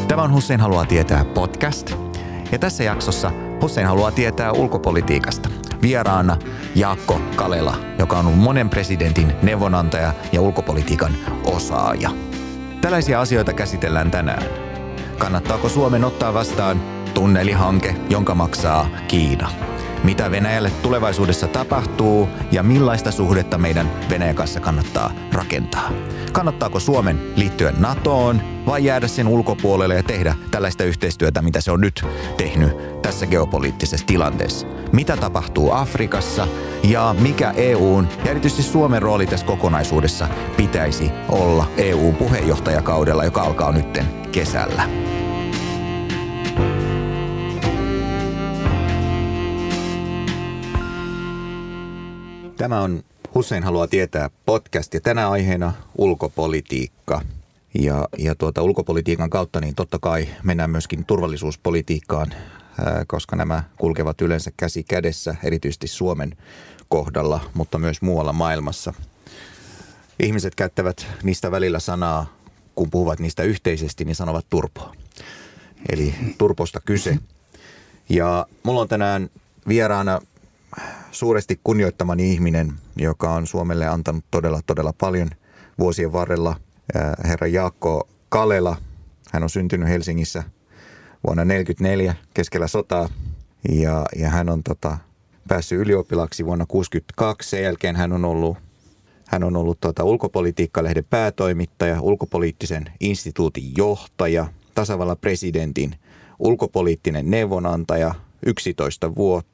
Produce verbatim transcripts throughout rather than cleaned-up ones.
Tämä on Hussein haluaa tietää podcast. Ja tässä jaksossa Hussein haluaa tietää ulkopolitiikasta. Vieraana Jaakko Kalela, joka on monen presidentin neuvonantaja ja ulkopolitiikan osaaja. Tällaisia asioita käsitellään tänään. Kannattaako Suomen ottaa vastaan tunnelihanke, jonka maksaa Kiina? Mitä Venäjälle tulevaisuudessa tapahtuu ja millaista suhdetta meidän Venäjän kanssa kannattaa rakentaa? Kannattaako Suomen liittyä NATOon vai jäädä sen ulkopuolelle ja tehdä tällaista yhteistyötä, mitä se on nyt tehnyt tässä geopoliittisessa tilanteessa? Mitä tapahtuu Afrikassa ja mikä E U:n ja erityisesti Suomen rooli tässä kokonaisuudessa pitäisi olla E U:n puheenjohtajakaudella, joka alkaa nytten kesällä? Tämä on Hussein haluaa tietää podcast ja tänä aiheena ulkopolitiikka. Ja, ja tuota, ulkopolitiikan kautta niin totta kai mennään myöskin turvallisuuspolitiikkaan, ää, koska nämä kulkevat yleensä käsi kädessä, erityisesti Suomen kohdalla, mutta myös muualla maailmassa. Ihmiset käyttävät niistä välillä sanaa, kun puhuvat niistä yhteisesti, niin sanovat turpo. Eli turposta kyse. Ja mulla on tänään vieraana suuresti kunnioittamani ihminen, joka on Suomelle antanut todella, todella paljon vuosien varrella. Herra Jaakko Kalela. Hän on syntynyt Helsingissä vuonna tuhatyhdeksänsataaneljäkymmentäneljä keskellä sotaa ja, ja hän on tota, päässyt ylioppilaaksi vuonna tuhatyhdeksänsataakuusikymmentäkaksi. Sen jälkeen hän on ollut, hän on ollut tota, ulkopolitiikkalehden päätoimittaja, ulkopoliittisen instituutin johtaja, tasavallan presidentin ulkopoliittinen neuvonantaja yksitoista vuotta.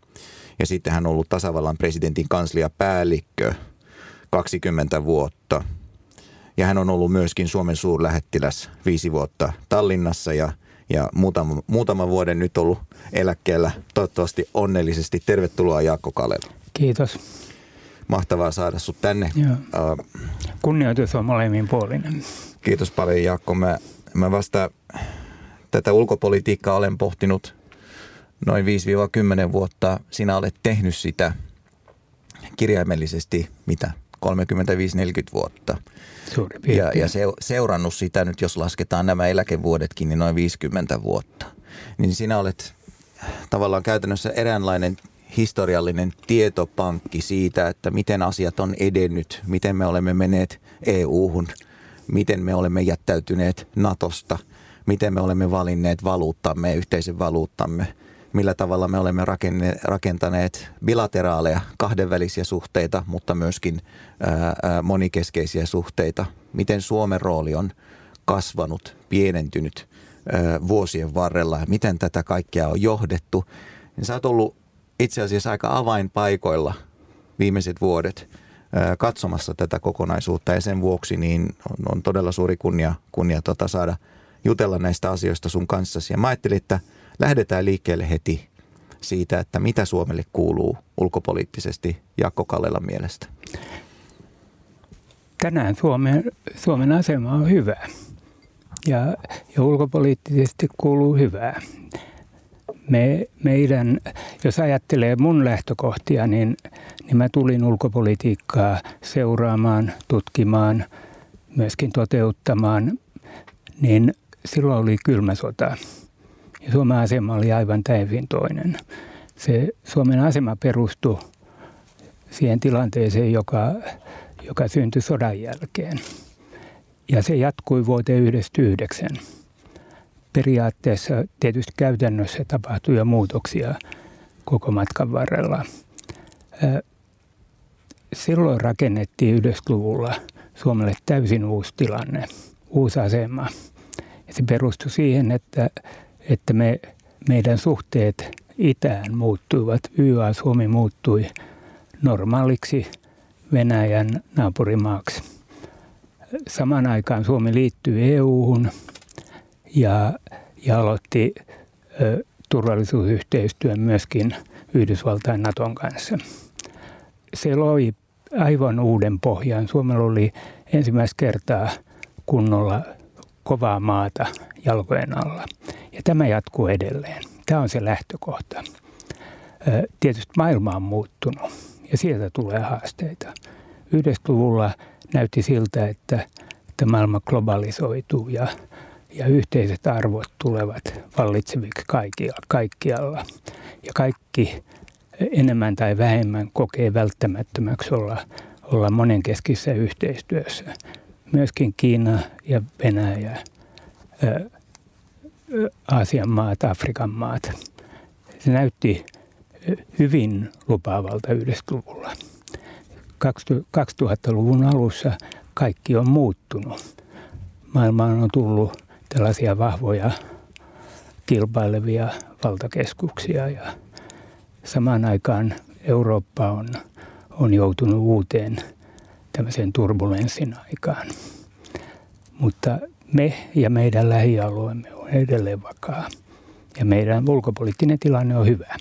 Ja sitten hän on ollut tasavallan presidentin kansliapäällikkö kaksikymmentä vuotta. Ja hän on ollut myöskin Suomen suurlähettiläs viisi vuotta Tallinnassa ja, ja muutama, muutama vuoden nyt ollut eläkkeellä. Toivottavasti onnellisesti. Tervetuloa Jaakko Kalela. Kiitos. Mahtavaa saada sut tänne. Joo. Kunnioitus on molemmin puolinen. Kiitos paljon Jaakko. Mä, mä vasta tätä ulkopolitiikkaa olen pohtinut noin viisi kymmenen vuotta. Sinä olet tehnyt sitä kirjaimellisesti, mitä, kolmekymmentäviisi neljäkymmentä vuotta. Ja, ja seurannut sitä nyt, jos lasketaan nämä eläkevuodetkin, niin noin viisikymmentä vuotta. Niin sinä olet tavallaan käytännössä eräänlainen historiallinen tietopankki siitä, että miten asiat on edennyt, miten me olemme menneet E U:hun, miten me olemme jättäytyneet NATOsta, miten me olemme valinneet valuuttamme, yhteisen valuuttamme, millä tavalla me olemme rakentaneet bilateraaleja, kahdenvälisiä suhteita, mutta myöskin ää, monikeskeisiä suhteita. Miten Suomen rooli on kasvanut, pienentynyt ää, vuosien varrella ja miten tätä kaikkea on johdettu. Niin sä oot ollut itse asiassa aika avainpaikoilla viimeiset vuodet ää, katsomassa tätä kokonaisuutta ja sen vuoksi niin on, on todella suuri kunnia, kunnia tota, saada jutella näistä asioista sun kanssasi. Ja mä ajattelin, että lähdetään liikkeelle heti siitä, että mitä Suomelle kuuluu ulkopoliittisesti Jaakko Kalelan mielestä. Tänään Suomen, Suomen asema on hyvä ja, ja ulkopoliittisesti kuuluu hyvää. Me, meidän, jos ajattelee mun lähtökohtia, niin, niin mä tulin ulkopolitiikkaa seuraamaan, tutkimaan, myöskin toteuttamaan, niin silloin oli kylmä sota. Ja Suomen asema oli aivan täysin toinen. Se Suomen asema perustui siihen tilanteeseen, joka, joka syntyi sodan jälkeen. Ja se jatkui vuoteen yhdeksänkymmentäyhdeksän. Periaatteessa tietysti käytännössä tapahtui jo muutoksia koko matkan varrella. Silloin rakennettiin yhdeksänkymmentäluvulla Suomelle täysin uusi tilanne, uusi asema. Ja se perustui siihen, että että me, meidän suhteet itään muuttuivat. Y A-Suomi muuttui normaaliksi Venäjän naapurimaaksi. Samaan aikaan Suomi liittyi E U:hun ja, ja aloitti ö, turvallisuusyhteistyön myöskin Yhdysvaltain Naton kanssa. Se loi aivan uuden pohjan. Suomella oli ensimmäistä kertaa kunnolla kovaa maata jalkojen alla. Ja tämä jatkuu edelleen. Tämä on se lähtökohta. Tietysti maailma on muuttunut ja sieltä tulee haasteita. Yhdeksänkymmentäluvulla näytti siltä, että, että maailma globalisoituu ja, ja yhteiset arvot tulevat vallitseviksi kaikkialla, kaikkialla. Ja kaikki enemmän tai vähemmän kokee välttämättömäksi olla, olla monenkeskisessä yhteistyössä. Myöskin Kiina ja Venäjä, ää, Aasian maat, Afrikan maat. Se näytti hyvin lupaavalta yhdeksänkymmentäluvulla. kaksituhattaluvun alussa kaikki on muuttunut. Maailmaan on tullut tällaisia vahvoja kilpailevia valtakeskuksia ja samaan aikaan Eurooppa on, on joutunut uuteen tämmöiseen turbulenssin aikaan. Mutta me ja meidän lähialueemme on edelleen vakaa ja meidän ulkopoliittinen tilanne on hyvä.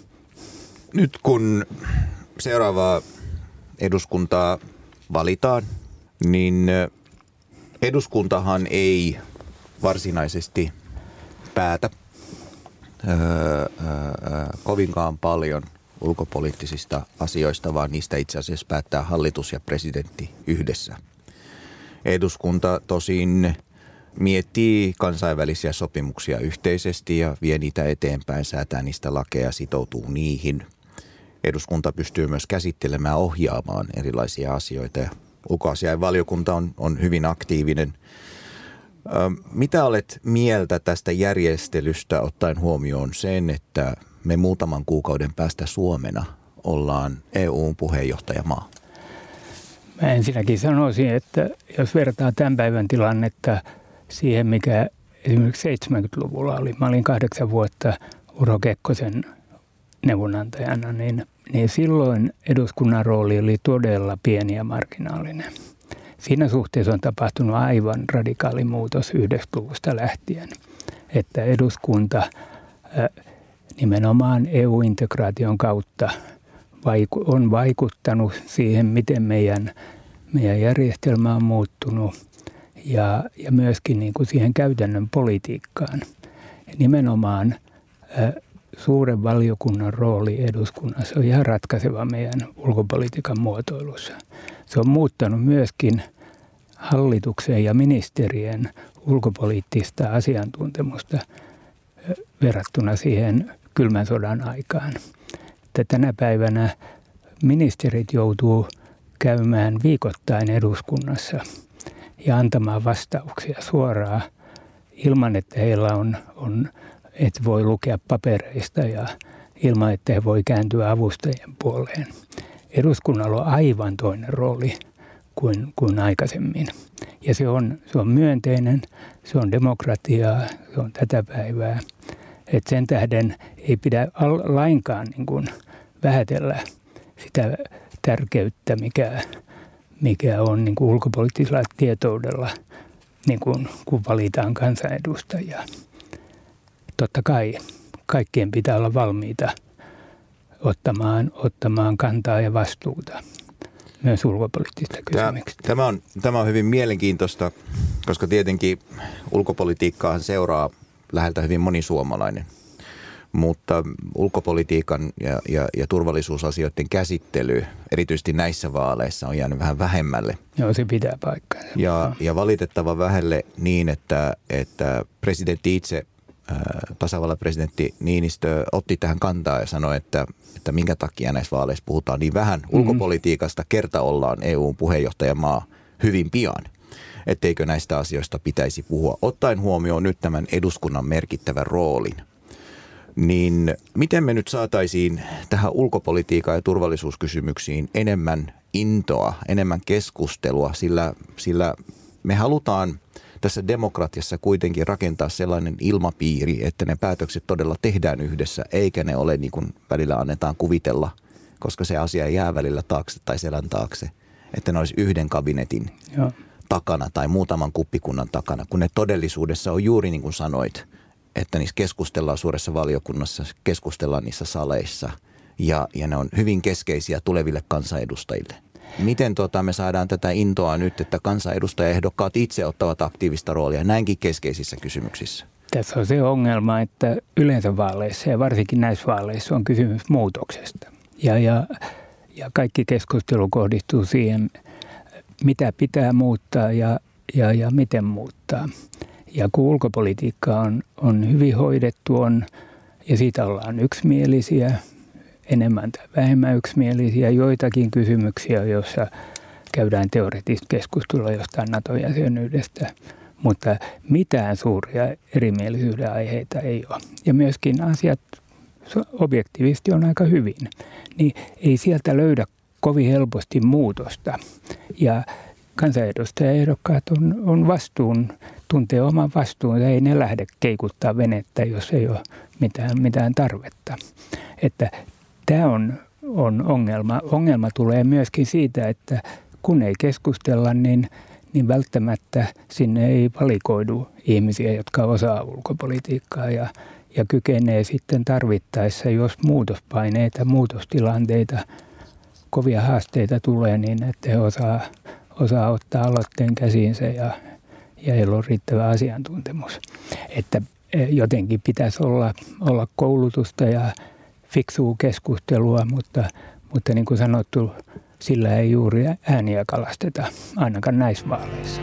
Nyt kun seuraavaa eduskuntaa valitaan, niin eduskuntahan ei varsinaisesti päätä öö, öö, kovinkaan paljon ulkopoliittisista asioista, vaan niistä itse asiassa päättää hallitus ja presidentti yhdessä. Eduskunta tosin miettii kansainvälisiä sopimuksia yhteisesti ja vie niitä eteenpäin, säätää niistä lakeja, sitoutuu niihin. Eduskunta pystyy myös käsittelemään, ohjaamaan erilaisia asioita ja ulkoasiainvaliokunta on, on hyvin aktiivinen. Ö, mitä olet mieltä tästä järjestelystä ottaen huomioon sen, että me muutaman kuukauden päästä Suomena ollaan E U:n puheenjohtajamaa? Mä ensinnäkin sanoisin, että jos vertaa tämän päivän tilannetta siihen, mikä esimerkiksi seitsemänkymmentäluvulla oli. Mä olin kahdeksan vuotta Urho Kekkosen neuvonantajana, niin, niin silloin eduskunnan rooli oli todella pieni ja marginaalinen. Siinä suhteessa on tapahtunut aivan radikaali muutos yhdeksänkymmentäluvusta lähtien, että eduskunta äh, nimenomaan E U-integraation kautta vaiku- on vaikuttanut siihen, miten meidän, meidän järjestelmä on muuttunut ja, ja myöskin niin kuin siihen käytännön politiikkaan. Ja nimenomaan äh, suuren valiokunnan rooli eduskunnassa on ihan ratkaiseva meidän ulkopolitiikan muotoilussa. Se on muuttanut myöskin hallituksen ja ministerien ulkopoliittista asiantuntemusta verrattuna siihen kylmän sodan aikaan. Että tänä päivänä ministerit joutuu käymään viikoittain eduskunnassa ja antamaan vastauksia suoraan ilman, että heillä on, on että voi lukea papereista ja ilman, että he voi kääntyä avustajien puoleen. Eduskunnalla on aivan toinen rooli kuin, kuin aikaisemmin. Ja se on, se on myönteinen, se on demokratiaa, se on tätä päivää. Et sen tähden ei pidä lainkaan niin kuin vähätellä sitä tärkeyttä, mikä, mikä on niin kuin ulkopoliittisella tietoudella, niin kuin, kun valitaan kansanedustajia. Totta kai kaikkien pitää olla valmiita ottamaan, ottamaan kantaa ja vastuuta myös ulkopoliittisista kysymyksistä. Tämä on, tämä on hyvin mielenkiintoista, koska tietenkin ulkopolitiikkaa seuraa läheltä hyvin moni suomalainen. Mutta ulkopolitiikan ja, ja, ja turvallisuusasioiden käsittely, erityisesti näissä vaaleissa, on jäänyt vähän vähemmälle. Joo, se pitää paikkaansa. Ja, ja valitettava vähälle niin, että, että presidentti itse, tasavallan presidentti Niinistö otti tähän kantaa ja sanoi, että, että minkä takia näissä vaaleissa puhutaan niin vähän mm-hmm. ulkopolitiikasta, kerta ollaan E U:n puheenjohtajamaa hyvin pian. Etteikö näistä asioista pitäisi puhua. Ottaen huomioon nyt tämän eduskunnan merkittävän roolin, niin miten me nyt saataisiin tähän ulkopolitiikan ja turvallisuuskysymyksiin enemmän intoa, enemmän keskustelua, sillä, sillä me halutaan tässä demokratiassa kuitenkin rakentaa sellainen ilmapiiri, että ne päätökset todella tehdään yhdessä, eikä ne ole niin kuin välillä annetaan kuvitella, koska se asia jää välillä taakse tai selän taakse, että ne olisi yhden kabinetin Joo. takana tai muutaman kuppikunnan takana, kun ne todellisuudessa on juuri niin kuin sanoit, että niissä keskustellaan suuressa valiokunnassa, keskustellaan niissä saleissa ja, ja ne on hyvin keskeisiä tuleville kansanedustajille. Miten tota me saadaan tätä intoa nyt, että kansanedustajaehdokkaat itse ottavat aktiivista roolia näinkin keskeisissä kysymyksissä? Tässä on se ongelma, että yleensä vaaleissa ja varsinkin näissä vaaleissa on kysymys muutoksesta. Ja, ja, ja kaikki keskustelu kohdistuu siihen, mitä pitää muuttaa ja, ja, ja miten muuttaa. ja kun ulkopolitiikka on, on hyvin hoidettu on, ja siitä ollaan yksimielisiä, enemmän tai vähemmän yksimielisiä, joitakin kysymyksiä, joissa käydään teoreettista keskustelua jostain NATO-jäsenyydestä, mutta mitään suuria erimielisyyden aiheita ei ole. Ja myöskin asiat objektiivisesti on aika hyvin, niin ei sieltä löydä kovin helposti muutosta. Ja kansanedustajaehdokkaat on, on vastuun, tuntee oman vastuun, ei ne lähde keikuttaa venettä, jos ei ole mitään, mitään tarvetta. Että tämä on, on ongelma. Ongelma tulee myöskin siitä, että kun ei keskustella, niin, niin välttämättä sinne ei valikoidu ihmisiä, jotka osaa ulkopolitiikkaa ja, ja kykenee sitten tarvittaessa, jos muutospaineita, muutostilanteita, kovia haasteita tulee, niin että he osaa, osaa ottaa aloitteen käsiinsä ja, ja heillä on riittävä asiantuntemus. Että jotenkin pitäisi olla, olla koulutusta ja fiksua keskustelua, mutta, mutta niin kuin sanottu, sillä ei juuri ääniä kalasteta, ainakaan näissä vaaleissa.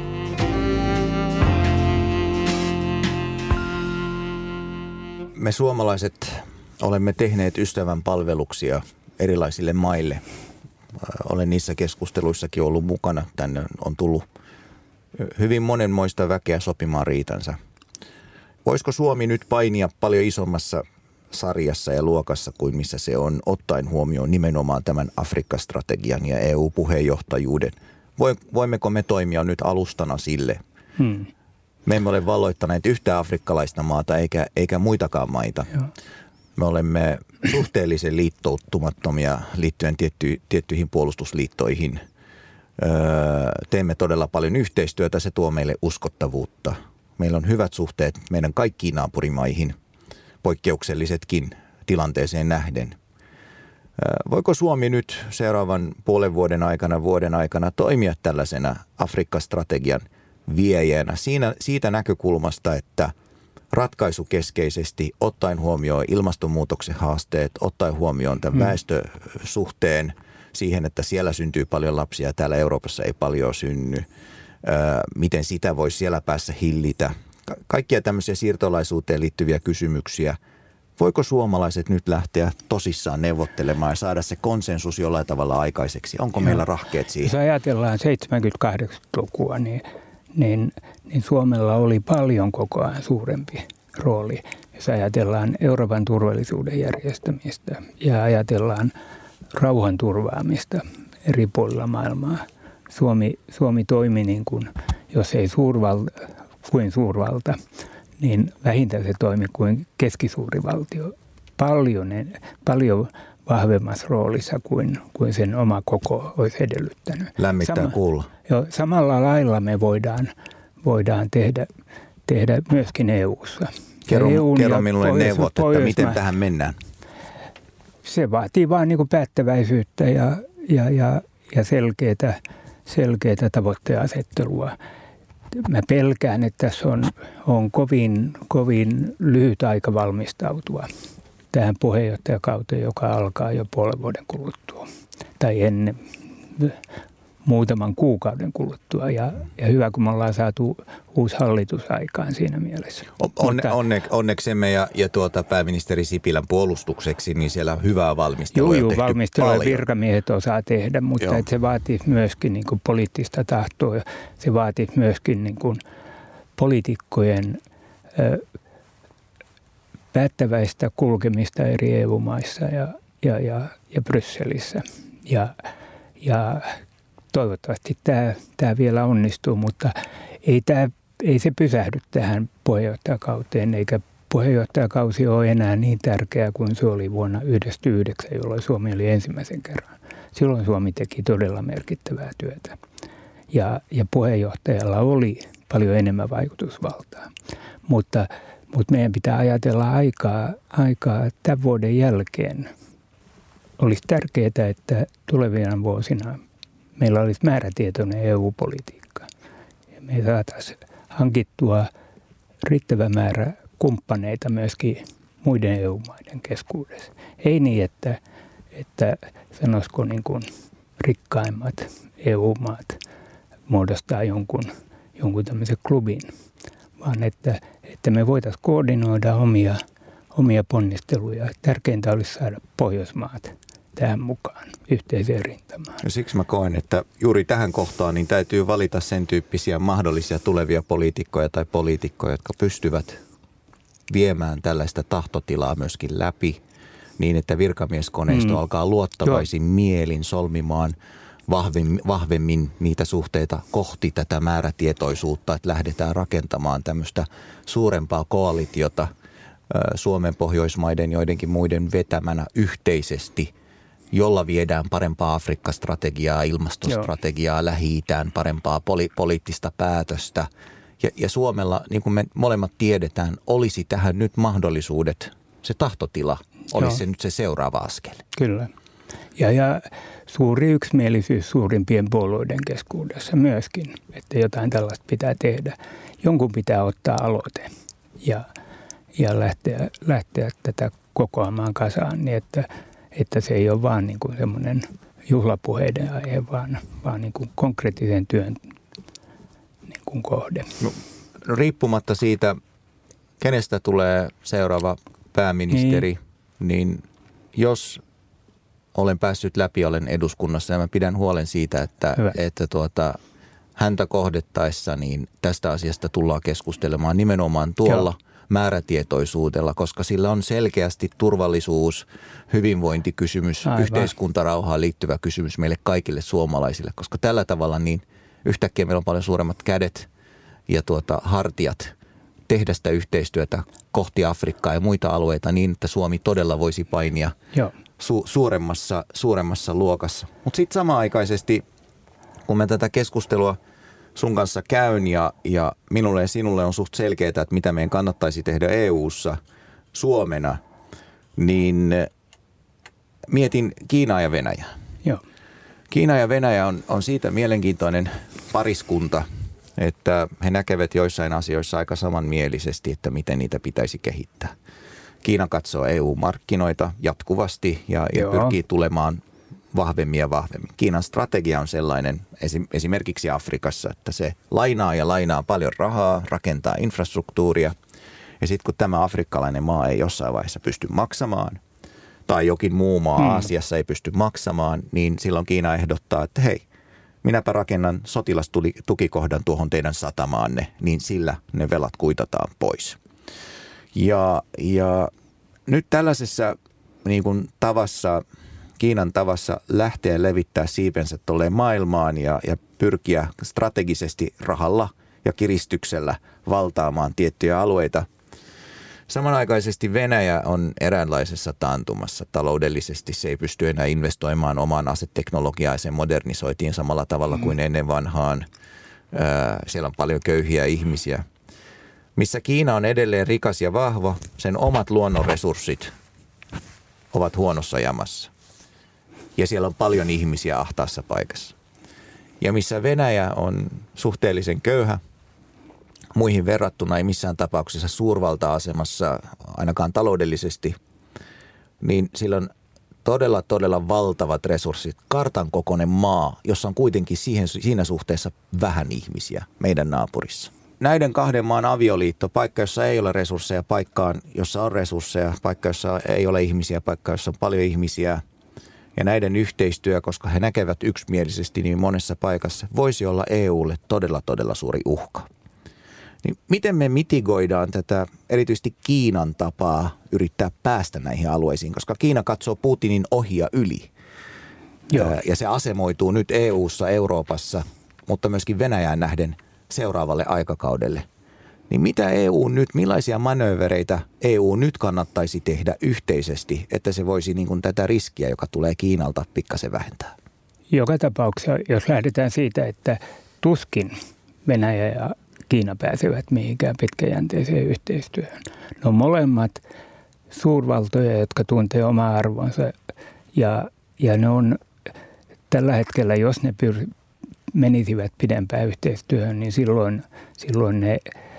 Me suomalaiset olemme tehneet ystävän palveluksia erilaisille maille. Olen niissä keskusteluissakin ollut mukana. Tänne on tullut hyvin monenmoista väkeä sopimaan riitansa. Voisiko Suomi nyt painia paljon isommassa sarjassa ja luokassa kuin missä se on, ottaen huomioon nimenomaan tämän Afrikka-strategian ja E U-puheenjohtajuuden? Voimmeko me toimia nyt alustana sille? Hmm. Me emme ole valloittaneet yhtään afrikkalaista maata eikä, eikä muitakaan maita. Joo. Me olemme suhteellisen liittoutumattomia liittyen tietty, tiettyihin puolustusliittoihin. Öö, teemme todella paljon yhteistyötä, se tuo meille uskottavuutta. Meillä on hyvät suhteet meidän kaikkiin naapurimaihin, poikkeuksellisetkin tilanteeseen nähden. Voiko Suomi nyt seuraavan puolen vuoden aikana, vuoden aikana toimia tällaisena Afrikka-strategian viejänä siinä, siitä näkökulmasta, että ratkaisukeskeisesti ottaen huomioon ilmastonmuutoksen haasteet, ottaen huomioon tämän hmm. väestösuhteen siihen, että siellä syntyy paljon lapsia ja täällä Euroopassa ei paljon synny, miten sitä voisi siellä päässä hillitä. Kaikkia tämmöisiä siirtolaisuuteen liittyviä kysymyksiä. Voiko suomalaiset nyt lähteä tosissaan neuvottelemaan ja saada se konsensus jollain tavalla aikaiseksi? Onko Joo. meillä rahkeet siihen? Jos ajatellaan seitsemänkymmentäkahdeksan-lukua, niin, niin, niin Suomella oli paljon koko ajan suurempi rooli. Jos ajatellaan Euroopan turvallisuuden järjestämistä ja ajatellaan rauhan turvaamista eri puolilla maailmaa, Suomi, Suomi toimi niin kuin, jos ei suurvalta, kuin suurvalta, niin vähintään se toimi kuin keskisuuri valtio. Paljon, paljon vahvemmassa roolissa kuin, kuin sen oma koko olisi edellyttänyt. Lämmittää Sama, kuulla. Jo, samalla lailla me voidaan, voidaan tehdä, tehdä myöskin E U:ssa. Kerro, kerro minulle neuvot, että miten tähän mennään. Se vaatii vain niin kuin päättäväisyyttä ja, ja, ja, ja selkeää, selkeää tavoitteasettelua. Mä pelkään, että tässä on, on kovin, kovin lyhyt aika valmistautua tähän puheenjohtajakauteen, joka alkaa jo puolen vuoden kuluttua tai ennen muutaman kuukauden kuluttua. Ja, ja hyvä, kun me ollaan saatu uusi hallitus aikaan siinä mielessä. Onne, Mutta, onne, onneksemme ja, ja tuota pääministeri Sipilän puolustukseksi, niin siellä on hyvää valmistelua Joo, valmistelua virkamiehet osaa tehdä, mutta et se vaatii myöskin niin kuin poliittista tahtoa ja se vaatii myöskin niin kuin poliitikkojen ö, päättäväistä kulkemista eri E U-maissa ja, ja, ja, ja Brysselissä. Ja, ja toivottavasti tämä, tämä vielä onnistuu, mutta ei, tämä, ei se pysähdy tähän puheenjohtajakauteen, eikä puheenjohtajakausi ole enää niin tärkeä kuin se oli vuonna yhdeksänkymmentäyhdeksän, jolloin Suomi oli ensimmäisen kerran. Silloin Suomi teki todella merkittävää työtä ja, ja puheenjohtajalla oli paljon enemmän vaikutusvaltaa, mutta, mutta meidän pitää ajatella aikaa, aikaa tämän vuoden jälkeen. Olisi tärkeää, että tulevina vuosina meillä olisi määrätietoinen E U-politiikka. Ja me saataisiin hankittua riittävä määrä kumppaneita myöskin muiden E U-maiden keskuudessa. Ei niin, että, että sanoisiko niin kuin rikkaimmat E U-maat muodostaa jonkun, jonkun tämmöisen klubin, vaan että, että me voitaisiin koordinoida omia, omia ponnisteluja. Tärkeintä olisi saada Pohjoismaat tähän mukaan yhteiseen rintamaan. Ja siksi mä koen, että juuri tähän kohtaan niin täytyy valita sen tyyppisiä mahdollisia tulevia poliitikkoja tai poliitikkoja, jotka pystyvät viemään tällaista tahtotilaa myöskin läpi niin, että virkamieskoneisto mm. alkaa luottavaisin Joo. mielin solmimaan vahvemmin, vahvemmin niitä suhteita kohti tätä määrätietoisuutta, että lähdetään rakentamaan tämmöistä suurempaa koalitiota Suomen, Pohjoismaiden, joidenkin muiden vetämänä yhteisesti, jolla viedään parempaa Afrikka-strategiaa, ilmastostrategiaa, Joo. Lähi-Itään, parempaa poli- poliittista päätöstä. Ja, ja Suomella, niin kuin me molemmat tiedetään, olisi tähän nyt mahdollisuudet, se tahtotila olisi Joo. se nyt se seuraava askel. Kyllä. Ja, ja suuri yksimielisyys suurimpien puolueiden keskuudessa myöskin, että jotain tällaista pitää tehdä. Jonkun pitää ottaa aloite ja, ja lähteä, lähteä tätä kokoamaan kasaan niin, että, että se ei ole vaan niin kuin semmoinen juhlapuheiden aihe, vaan, vaan niin kuin konkreettisen työn niin kuin kohde. No, riippumatta siitä, kenestä tulee seuraava pääministeri, niin, niin jos olen päässyt läpi, olen eduskunnassa ja mä pidän huolen siitä, että, että tuota, häntä kohdettaessa niin tästä asiasta tullaan keskustelemaan nimenomaan tuolla Joo. määrätietoisuudella, koska sillä on selkeästi turvallisuus, hyvinvointikysymys, Aivan. yhteiskuntarauhaan liittyvä kysymys meille kaikille suomalaisille, koska tällä tavalla niin yhtäkkiä meillä on paljon suuremmat kädet ja tuota, hartiat tehdä sitä yhteistyötä kohti Afrikkaa ja muita alueita niin, että Suomi todella voisi painia Joo. Su- suuremmassa, suuremmassa luokassa. Mutta sitten samanaikaisesti, kun mä tätä keskustelua sun kanssa käyn ja, ja minulle ja sinulle on suht selkeää, että mitä meidän kannattaisi tehdä E U:ssa Suomena, niin mietin Kiinaa ja Venäjää. Joo. Kiina ja Venäjä on, on siitä mielenkiintoinen pariskunta, että he näkevät joissain asioissa aika samanmielisesti, että miten niitä pitäisi kehittää. Kiina katsoo E U-markkinoita jatkuvasti ja, ja pyrkii tulemaan vahvemmin ja vahvemmin. Kiinan strategia on sellainen esimerkiksi Afrikassa, että se lainaa ja lainaa paljon rahaa, rakentaa infrastruktuuria. Ja sitten kun tämä afrikkalainen maa ei jossain vaiheessa pysty maksamaan tai jokin muu maa hmm. Aasiassa ei pysty maksamaan, niin silloin Kiina ehdottaa, että hei, minäpä rakennan sotilastukikohdan tuohon teidän satamaanne, niin sillä ne velat kuitataan pois. Ja, ja nyt tällaisessa niin kuin tavassa, Kiinan tavassa lähteä levittää siipensä tolleen maailmaan ja, ja pyrkiä strategisesti rahalla ja kiristyksellä valtaamaan tiettyjä alueita. Samanaikaisesti Venäjä on eräänlaisessa taantumassa taloudellisesti. Se ei pysty enää investoimaan omaan aseteknologiaan ja se modernisoitiin samalla tavalla kuin ennen vanhaan. Siellä on paljon köyhiä ihmisiä. Missä Kiina on edelleen rikas ja vahva, sen omat luonnonresurssit ovat huonossa jamassa. Ja siellä on paljon ihmisiä ahtaassa paikassa. Ja missä Venäjä on suhteellisen köyhä, muihin verrattuna ei missään tapauksessa suurvalta-asemassa, ainakaan taloudellisesti, niin sillä on todella, todella valtavat resurssit. Kartan kokoinen maa, jossa on kuitenkin siihen, siinä suhteessa vähän ihmisiä meidän naapurissa. Näiden kahden maan avioliitto, paikka, jossa ei ole resursseja, paikkaan, jossa on resursseja, paikka, jossa ei ole ihmisiä, paikka, jossa on paljon ihmisiä. Ja näiden yhteistyö, koska he näkevät yksimielisesti niin monessa paikassa, voisi olla E U:lle todella, todella suuri uhka. Niin miten me mitigoidaan tätä erityisesti Kiinan tapaa yrittää päästä näihin alueisiin, koska Kiina katsoo Putinin ohi ja yli. Joo. Ja se asemoituu nyt E U:ssa, Euroopassa, mutta myöskin Venäjään nähden seuraavalle aikakaudelle. Niin mitä E U nyt, millaisia manöövereitä E U nyt kannattaisi tehdä yhteisesti, että se voisi niin kuin tätä riskiä, joka tulee Kiinalta, pikkasen vähentää? Joka tapauksessa, jos lähdetään siitä, että tuskin Venäjä ja Kiina pääsevät mihinkään pitkäjänteiseen yhteistyöhön. Ne on molemmat suurvaltoja, jotka tuntee omaa arvonsa ja, ja ne on tällä hetkellä, jos ne pyr, menisivät pidempään yhteistyöhön, niin silloin, silloin ne,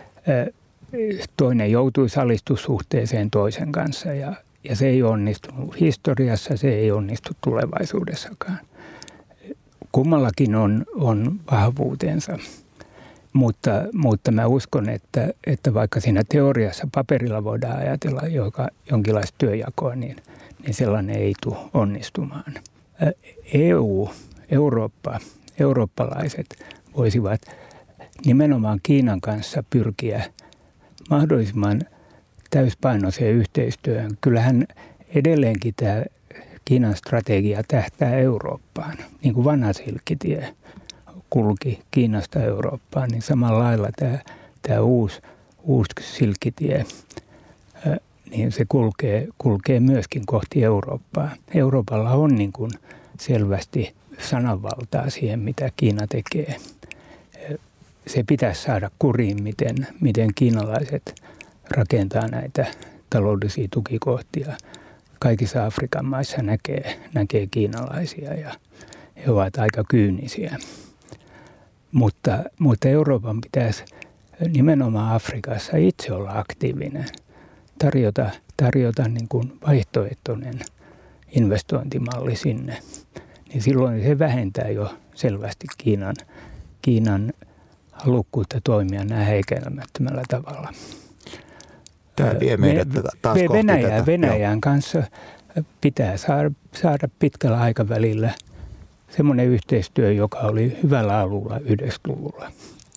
toinen joutuisi alistussuhteeseen toisen kanssa ja, ja se ei onnistunut historiassa, se ei onnistu tulevaisuudessakaan. Kummallakin on, on vahvuutensa. mutta, mutta mä uskon, että, että vaikka siinä teoriassa paperilla voidaan ajatella joka, jonkinlaista työjakoa, niin, niin sellainen ei tule onnistumaan. E U, Eurooppa, eurooppalaiset voisivat nimenomaan Kiinan kanssa pyrkiä mahdollisimman täyspainoiseen yhteistyöhön. Kyllähän edelleenkin tämä Kiinan strategia tähtää Eurooppaan, niin kuin vanha silkkitie kulki Kiinasta Eurooppaan, niin samalla lailla tämä, tämä uusi, uusi silkkitie, niin se kulkee, kulkee myöskin kohti Eurooppaa. Euroopalla on niin kuin selvästi sananvaltaa siihen, mitä Kiina tekee. Se pitäisi saada kuriin, miten, miten kiinalaiset rakentaa näitä taloudellisia tukikohtia. Kaikissa Afrikan maissa näkee, näkee kiinalaisia ja he ovat aika kyynisiä. Mutta, mutta Euroopan pitäisi nimenomaan Afrikassa itse olla aktiivinen, tarjota, tarjota niin kuin vaihtoehtoinen investointimalli sinne. Niin silloin se vähentää jo selvästi Kiinan, Kiinan halukkuutta toimia näin heikelmättömällä tavalla. Tämä vie meidät taas kohti Venäjä, tätä. Venäjän kanssa pitää saada, saada pitkällä aikavälillä semmoinen yhteistyö, joka oli hyvällä alulla yhdeksänkymmentäluvulla.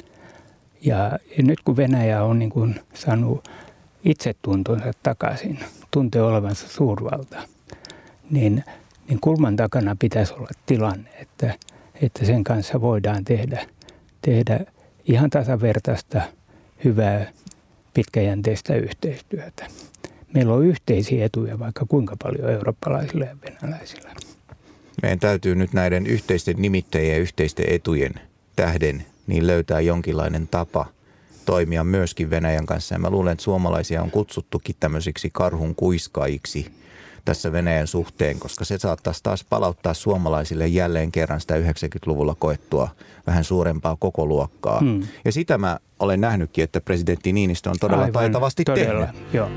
Ja, ja nyt kun Venäjä on niin kuin saanut itsetuntonsa takaisin, tuntee olevansa suurvalta, niin, niin kulman takana pitäisi olla tilanne, että, että sen kanssa voidaan tehdä, tehdä ihan tasavertaista, hyvää, pitkäjänteistä yhteistyötä. Meillä on yhteisiä etuja vaikka kuinka paljon eurooppalaisilla ja venäläisillä. Meidän täytyy nyt näiden yhteisten nimittäjien ja yhteisten etujen tähden niin löytää jonkinlainen tapa toimia myöskin Venäjän kanssa. Ja mä luulen, että suomalaisia on kutsuttukin tämmöisiksi karhun kuiskaajiksi tässä Venäjän suhteen, koska se saattaisi taas palauttaa suomalaisille jälleen kerran sitä yhdeksänkymmentäluvulla koettua vähän suurempaa kokoluokkaa. Hmm. Ja sitä mä olen nähnytkin, että presidentti Niinistö on todella Aivan, taitavasti todella, tehnyt. Joo.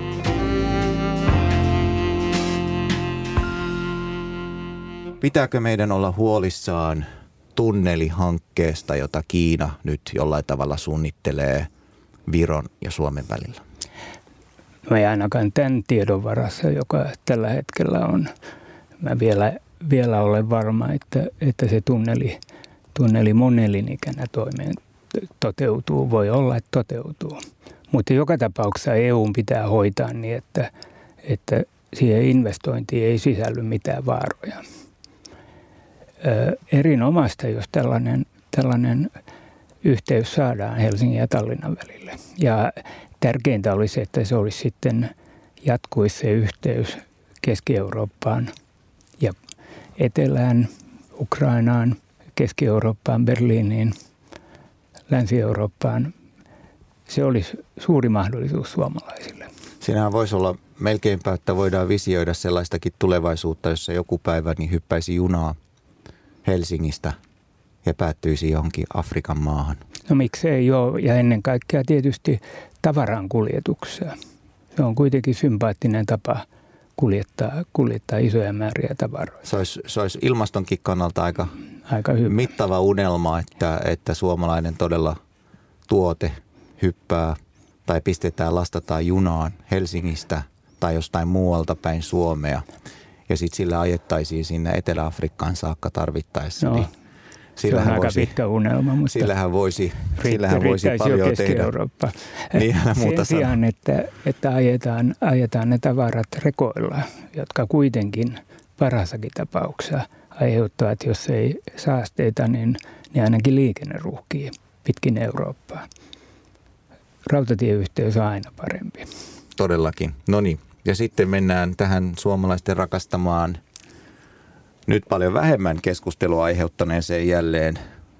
Pitääkö meidän olla huolissaan tunnelihankkeesta, jota Kiina nyt jollain tavalla suunnittelee Viron ja Suomen välillä? No ei ainakaan tämän tiedon varassa, joka tällä hetkellä on. Mä vielä, vielä olen varma, että, että se tunneli, tunneli monelinikänä toimeen toteutuu. Voi olla, että toteutuu. Mutta joka tapauksessa E U:n pitää hoitaa niin, että, että siihen investointiin ei sisälly mitään vaaroja. Ö, erinomaista, jos tällainen, tällainen yhteys saadaan Helsingin ja Tallinnan välille. Ja tärkeintä olisi, että se olisi sitten jatkuisi se yhteys Keski-Eurooppaan ja Etelään, Ukrainaan, Keski-Eurooppaan, Berliiniin, Länsi-Eurooppaan. Se olisi suuri mahdollisuus suomalaisille. Siinähän voisi olla melkeinpä, että voidaan visioida sellaistakin tulevaisuutta, jossa joku päivä niin hyppäisi junaa Helsingistä ja päättyisi johonkin Afrikan maahan. No miksei joo, ja ennen kaikkea tietysti tavaran kuljetuksessa. Se on kuitenkin sympaattinen tapa kuljettaa, kuljettaa isoja määriä tavaroita. Se olisi, se olisi ilmastonkin kannalta aika, aika hyvä. mittava unelma, että, että suomalainen todella tuote hyppää tai pistetään, lastataan junaan Helsingistä tai jostain muualta päin Suomea. Ja sitten sillä ajettaisiin sinne Etelä-Afrikkaan saakka tarvittaessa. No. Niin Se on aika voisi, pitkä unelma, mutta sillähän voisi, riitt- sillähän voisi paljon tehdä. Niin, sen sijaan, että, että ajetaan, ajetaan ne tavarat rekoilla, jotka kuitenkin parhaassakin tapauksessa aiheuttavat, jos ei saasteita, niin, niin ainakin liikenneruuhkia pitkin Eurooppaa. Rautatieyhteys on aina parempi. Todellakin. No niin. Ja sitten mennään tähän suomalaisten rakastamaan nyt paljon vähemmän keskustelua aiheuttaneeseen jälleen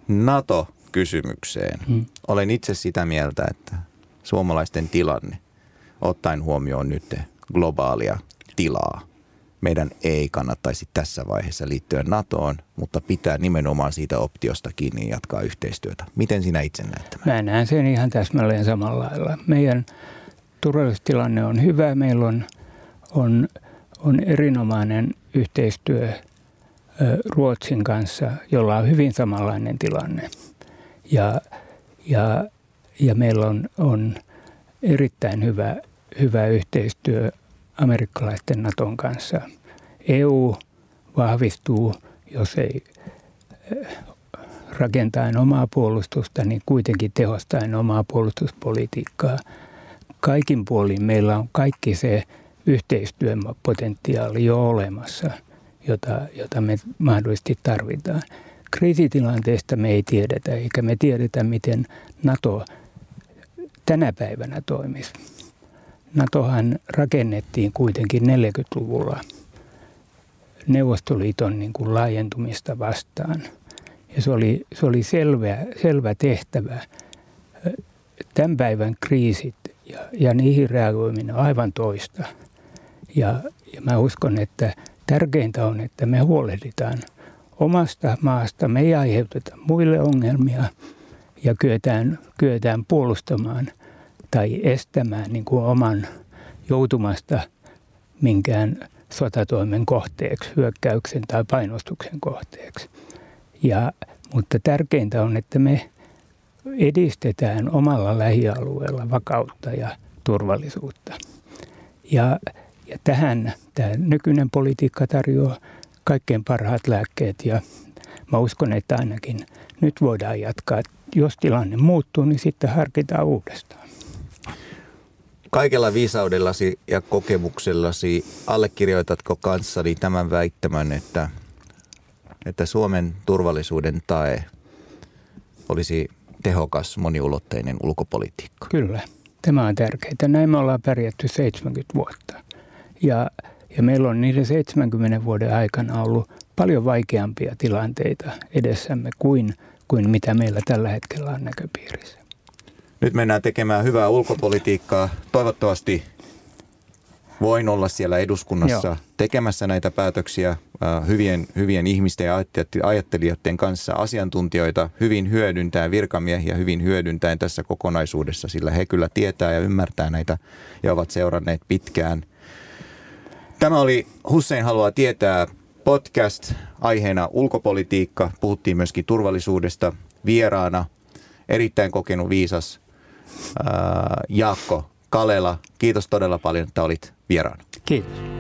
NATO-kysymykseen. Hmm. Olen itse sitä mieltä, että suomalaisten tilanne, ottaen huomioon nyt globaalia tilaa, meidän ei kannattaisi tässä vaiheessa liittyä NATOon, mutta pitää nimenomaan siitä optiosta kiinni ja jatkaa yhteistyötä. Miten sinä itse näet tämän? Mä näen sen ihan täsmälleen samalla lailla. Meidän turvallisuustilanne on hyvä. Meillä on, on, on erinomainen yhteistyö Ruotsin kanssa, jolla on hyvin samanlainen tilanne. Ja, Ja, ja meillä on, on erittäin hyvä, hyvä yhteistyö amerikkalaisten Naton kanssa. E U vahvistuu, jos ei rakentaen omaa puolustusta, niin kuitenkin tehostaen omaa puolustuspolitiikkaa. Kaikin puolin meillä on kaikki se yhteistyöpotentiaali jo olemassa, jota, jota me mahdollisesti tarvitaan. Kriisitilanteesta me ei tiedetä, eikä me tiedetä, miten NATO tänä päivänä toimisi. NATOhan rakennettiin kuitenkin neljäkymmentäluvulla Neuvostoliiton niin kuin laajentumista vastaan. Ja se oli, se oli selvä, selvä tehtävä. Tämän päivän kriisit ja, ja niihin reagoiminen on aivan toista. Ja, ja mä uskon, että tärkeintä on, että me huolehditaan omasta maasta, me ei aiheuteta muille ongelmia ja kyetään, kyetään puolustamaan tai estämään niin kuin oman joutumasta minkään sotatoimen kohteeksi, hyökkäyksen tai painostuksen kohteeksi. Ja, mutta tärkeintä on, että me edistetään omalla lähialueella vakautta ja turvallisuutta. Ja, ja tähän tämä nykyinen politiikka tarjoaa kaikkein parhaat lääkkeet ja mä uskon, että ainakin nyt voidaan jatkaa. Jos tilanne muuttuu, niin sitten harkitaan uudestaan. Kaikella viisaudellasi ja kokemuksellasi allekirjoitatko kanssani tämän väittämän, että, että Suomen turvallisuuden tae olisi tehokas, moniulotteinen ulkopolitiikka? Kyllä, tämä on tärkeää. Näin me ollaan pärjätty seitsemänkymmentä vuotta. Ja, ja meillä on niiden seitsemänkymmenen vuoden aikana ollut paljon vaikeampia tilanteita edessämme kuin, kuin mitä meillä tällä hetkellä on näköpiirissä. Nyt mennään tekemään hyvää ulkopolitiikkaa. Toivottavasti voin olla siellä eduskunnassa Joo. tekemässä näitä päätöksiä äh, hyvien, hyvien ihmisten ja ajattelijoiden kanssa, asiantuntijoita hyvin hyödyntäen, virkamiehiä hyvin hyödyntäen tässä kokonaisuudessa, sillä he kyllä tietää ja ymmärtää näitä ja ovat seuranneet pitkään. Tämä oli Hussein haluaa tietää podcast, aiheena ulkopolitiikka. Puhuttiin myöskin turvallisuudesta, vieraana, erittäin kokenut viisas ää, Jaakko Kalela. Kiitos todella paljon, että olit vieraana. Kiitos.